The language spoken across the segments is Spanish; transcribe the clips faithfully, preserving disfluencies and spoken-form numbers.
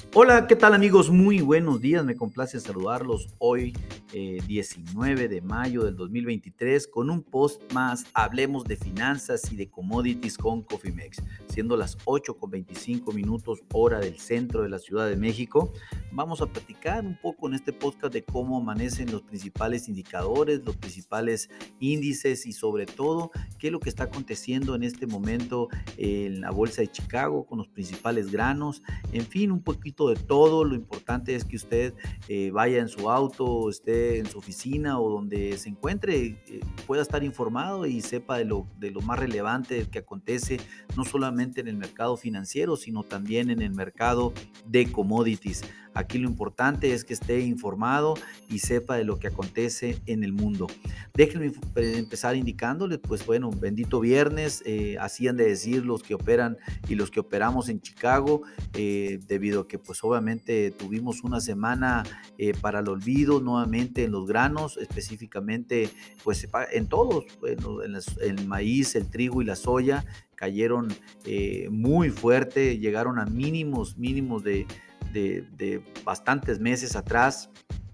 Hola, ¿qué tal amigos? Muy buenos días, me complace saludarlos hoy, eh, diecinueve de mayo del dos mil veintitrés, con un post más, hablemos de finanzas y de commodities con Cofimex. Siendo las ocho con veinticinco minutos hora del centro de la Ciudad de México, vamos a platicar un poco en este podcast de cómo amanecen los principales indicadores, los principales índices y sobre todo qué es lo que está aconteciendo en este momento en la Bolsa de Chicago con los principales granos. En fin, un poquito de todo. Lo importante es que usted eh, vaya en su auto, o esté en su oficina o donde se encuentre, eh, pueda estar informado y sepa de lo, de lo más relevante que acontece, no solamente en el mercado financiero, sino también en el mercado de commodities. Aquí lo importante es que esté informado y sepa de lo que acontece en el mundo. Déjenme empezar indicándoles, pues bueno, bendito viernes, eh, así han de decir los que operan y los que operamos en Chicago, eh, debido a que pues obviamente tuvimos una semana eh, para el olvido nuevamente en los granos, específicamente pues en todos, bueno, en las, el maíz, el trigo y la soya cayeron eh, muy fuerte, llegaron a mínimos, mínimos de, de, de bastantes meses atrás.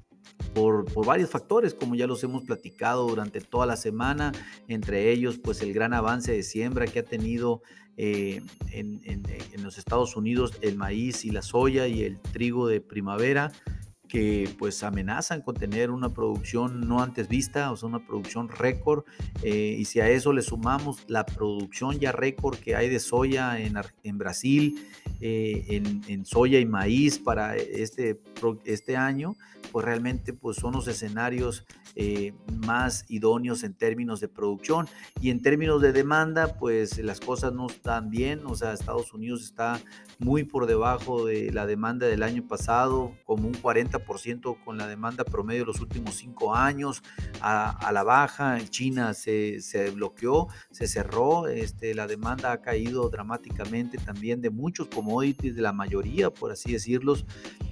Por, por, varios factores, como ya los hemos platicado durante toda la semana, entre ellos pues el gran avance de siembra que ha tenido eh, en, en, en los Estados Unidos el maíz y la soya y el trigo de primavera, que pues amenazan con tener una producción no antes vista, o sea, una producción récord, eh, y si a eso le sumamos la producción ya récord que hay de soya en, en Brasil, eh, en, en soya y maíz para este, este año, pues realmente pues son los escenarios eh, más idóneos en términos de producción. Y en términos de demanda, pues las cosas no están bien, o sea, Estados Unidos está muy por debajo de la demanda del año pasado, como un cuarenta por ciento con la demanda promedio de los últimos cinco años, a, a la baja. China se, se bloqueó, se cerró, este, la demanda ha caído dramáticamente también de muchos commodities, de la mayoría, por así decirlos,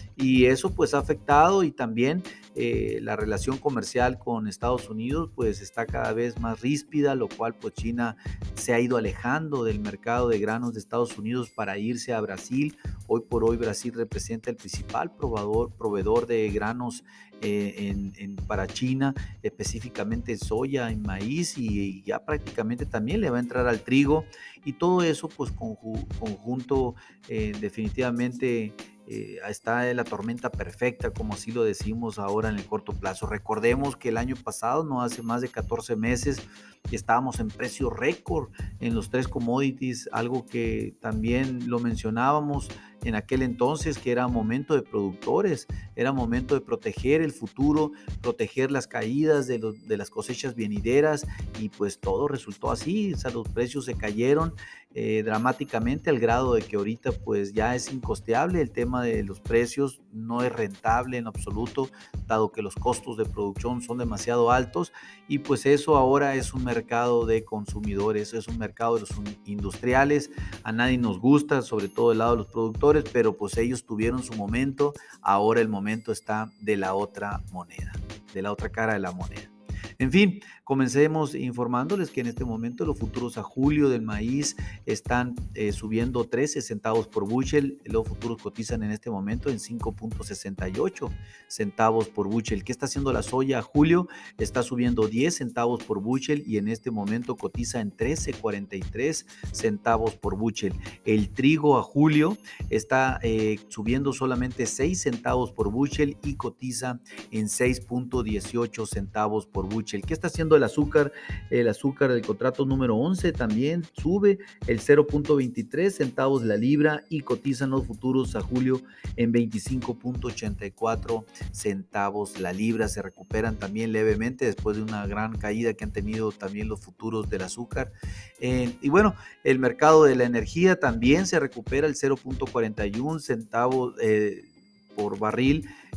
y eso pues ha afectado, y también eh, la relación comercial con Estados Unidos pues está cada vez más ríspida, lo cual pues China se ha ido alejando del mercado de granos de Estados Unidos para irse a Brasil. Hoy por hoy Brasil representa el principal proveedor, proveedor de granos eh, en, en, para China, específicamente soya y maíz, y ya prácticamente también le va a entrar al trigo, y todo eso pues conju, conjunto eh, definitivamente Eh, está la tormenta perfecta, como así lo decimos ahora en el corto plazo. Recordemos que el año pasado, no hace más de catorce meses, estábamos en precio récord en los tres commodities, algo que también lo mencionábamos en aquel entonces, que era momento de productores, era momento de proteger el futuro, proteger las caídas de, los, de las cosechas venideras, y pues todo resultó así. O sea, los precios se cayeron eh, dramáticamente, al grado de que ahorita pues ya es incosteable el tema de los precios, no es rentable en absoluto, dado que los costos de producción son demasiado altos, y pues eso ahora es un mercado de consumidores, es un mercado de los industriales. A nadie nos gusta, sobre todo del lado de los productores, pero pues ellos tuvieron su momento, ahora el momento está de la otra moneda, de la otra cara de la moneda. En fin, comencemos informándoles que en este momento los futuros a julio del maíz están eh, subiendo trece centavos por bushel. Los futuros cotizan en este momento en cinco punto sesenta y ocho centavos por bushel. ¿Qué está haciendo la soya a julio? Está subiendo diez centavos por bushel y en este momento cotiza en trece punto cuarenta y tres centavos por bushel. El trigo a julio está eh, subiendo solamente seis centavos por bushel y cotiza en seis punto dieciocho centavos por bushel. ¿Qué está haciendo el azúcar? El azúcar del contrato número once también sube el cero punto veintitrés centavos la libra y cotizan los futuros a julio en veinticinco punto ochenta y cuatro centavos la libra. Se recuperan también levemente después de una gran caída que han tenido también los futuros del azúcar. Eh, y bueno, el mercado de la energía también se recupera el cero punto cuarenta y uno centavos eh, por barril,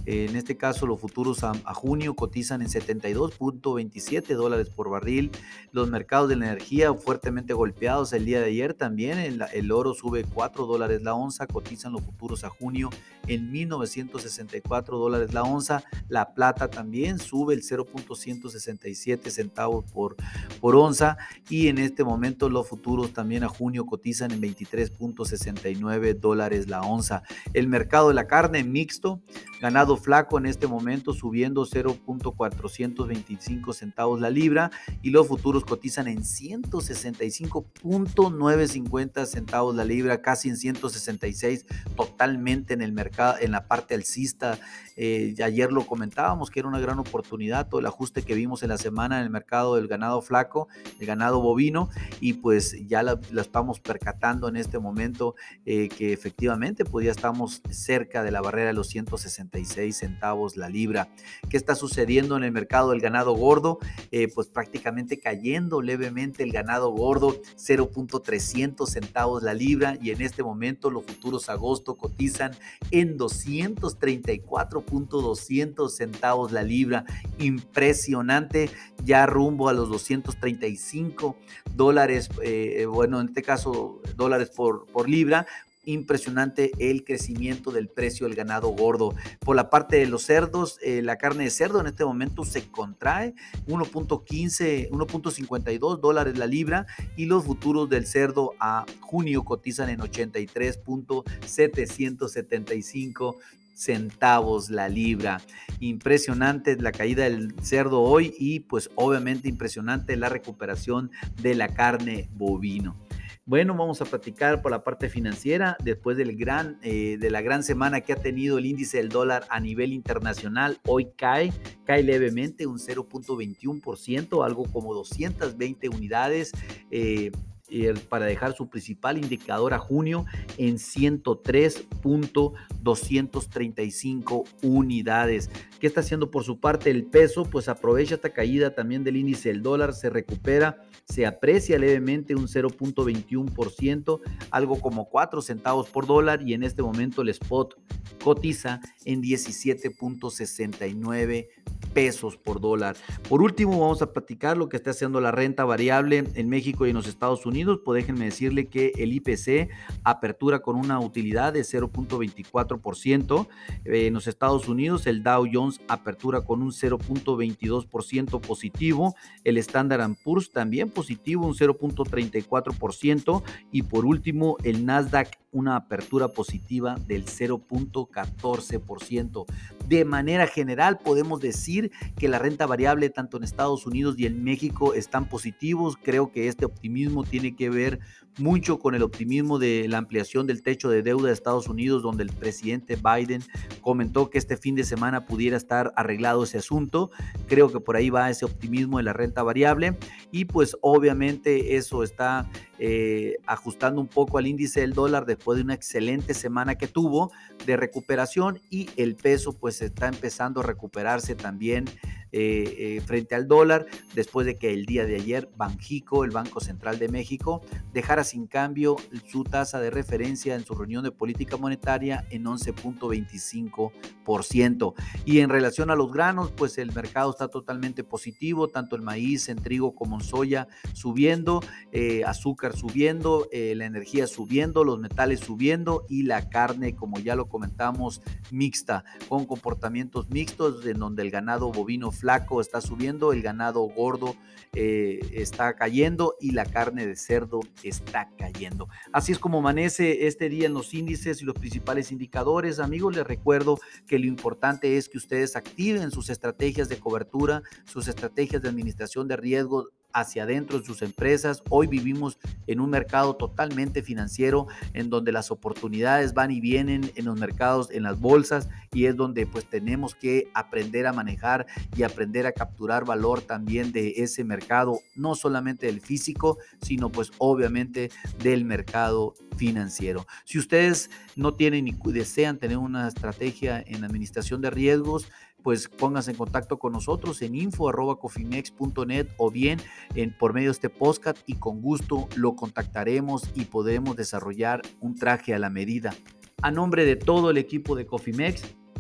En este caso, los futuros a, a junio cotizan en setenta y dos punto veintisiete dólares por barril. Los mercados de la energía fuertemente golpeados el día de ayer también. El, el oro sube cuatro dólares la onza, cotizan los futuros a junio en mil novecientos sesenta y cuatro dólares la onza. La plata también sube el cero punto ciento sesenta y siete centavos por, por onza, y en este momento los futuros también a junio cotizan en veintitrés punto sesenta y nueve dólares la onza. El mercado de la carne mixto, ganado flaco en este momento subiendo cero punto cuatrocientos veinticinco centavos la libra, y los futuros cotizan en ciento sesenta y cinco punto novecientos cincuenta centavos la libra, casi en ciento sesenta y seis, totalmente en el mercado, en la parte alcista. Eh, ayer lo comentábamos que era una gran oportunidad todo el ajuste que vimos en la semana en el mercado del ganado flaco, el ganado bovino, y pues ya la, la estamos percatando en este momento eh, que efectivamente pues ya estamos cerca de la barrera de los ciento sesenta y seis centavos la libra. ¿Qué está sucediendo en el mercado del ganado gordo? Eh, pues prácticamente cayendo levemente el ganado gordo, cero punto trescientos centavos la libra, y en este momento los futuros agosto cotizan en doscientos treinta y cuatro punto doscientos centavos la libra. Impresionante, ya rumbo a los doscientos treinta y cinco dólares, eh, bueno, en este caso dólares por, por libra. Impresionante el crecimiento del precio del ganado gordo. Por la parte de los cerdos, eh, la carne de cerdo en este momento se contrae uno punto quince, uno punto cincuenta y dos dólares la libra, y los futuros del cerdo a junio cotizan en ochenta y tres punto setecientos setenta y cinco centavos la libra. Impresionante la caída del cerdo hoy, y pues obviamente impresionante la recuperación de la carne bovino. Bueno, vamos a platicar por la parte financiera después del gran, eh, de la gran semana que ha tenido el índice del dólar a nivel internacional. Hoy cae, cae levemente un cero punto veintiuno por ciento, algo como doscientas veinte unidades, eh, para dejar su principal indicador a junio en ciento tres punto doscientos treinta y cinco unidades. ¿Qué está haciendo por su parte el peso? Pues aprovecha esta caída también del índice del dólar, se recupera, se aprecia levemente un cero punto veintiuno por ciento, algo como cuatro centavos por dólar, y en este momento el spot cotiza en diecisiete punto sesenta y nueve pesos por dólar. Por último, vamos a platicar lo que está haciendo la renta variable en México y en los Estados Unidos. Pues déjenme decirle que el I P C apertura con una utilidad de cero punto veinticuatro por ciento. En los Estados Unidos, el Dow Jones apertura con un cero punto veintidós por ciento positivo. El Standard and Poor's también positivo, un cero punto treinta y cuatro por ciento. Y por último, el Nasdaq, una apertura positiva del cero punto catorce por ciento. De manera general, podemos decir que la renta variable tanto en Estados Unidos y en México están positivos. Creo que este optimismo tiene que ver mucho con el optimismo de la ampliación del techo de deuda de Estados Unidos, donde el presidente Biden comentó que este fin de semana pudiera estar arreglado ese asunto. Creo que por ahí va ese optimismo de la renta variable, y pues obviamente eso está eh, ajustando un poco al índice del dólar después de una excelente semana que tuvo de recuperación, y el peso pues está empezando a recuperarse también eh, eh, frente al dólar, después de que el día de ayer Banxico, el Banco Central de México, dejara sin cambio su tasa de referencia en su reunión de política monetaria en once punto veinticinco por ciento. Y en relación a los granos, pues el mercado está totalmente positivo, tanto el maíz en trigo como en soya subiendo, eh, azúcar subiendo, eh, la energía subiendo, los metales subiendo, y la carne, como ya lo comentamos, mixta, con comportamientos mixtos, en donde el ganado bovino flaco está subiendo, el ganado gordo eh, está cayendo, y la carne de cerdo está cayendo. Así es como amanece este día en los índices y los principales indicadores. Amigos, les recuerdo que lo importante es que ustedes activen sus estrategias de cobertura, sus estrategias de administración de riesgos hacia adentro de sus empresas. Hoy vivimos en un mercado totalmente financiero, en donde las oportunidades van y vienen en los mercados, en las bolsas, y es donde pues tenemos que aprender a manejar y aprender a capturar valor también de ese mercado, no solamente del físico, sino pues obviamente del mercado financiero. Si ustedes no tienen ni desean tener una estrategia en administración de riesgos, pues pónganse en contacto con nosotros en info arroba cofimex punto net, o bien en, por medio de este podcast, y con gusto lo contactaremos y podremos desarrollar un traje a la medida. A nombre de todo el equipo de Cofimex,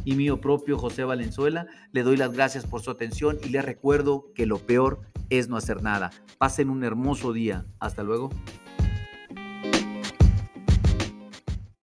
y mío propio, José Valenzuela, le doy las gracias por su atención y les recuerdo que lo peor es no hacer nada. Pasen un hermoso día. Hasta luego.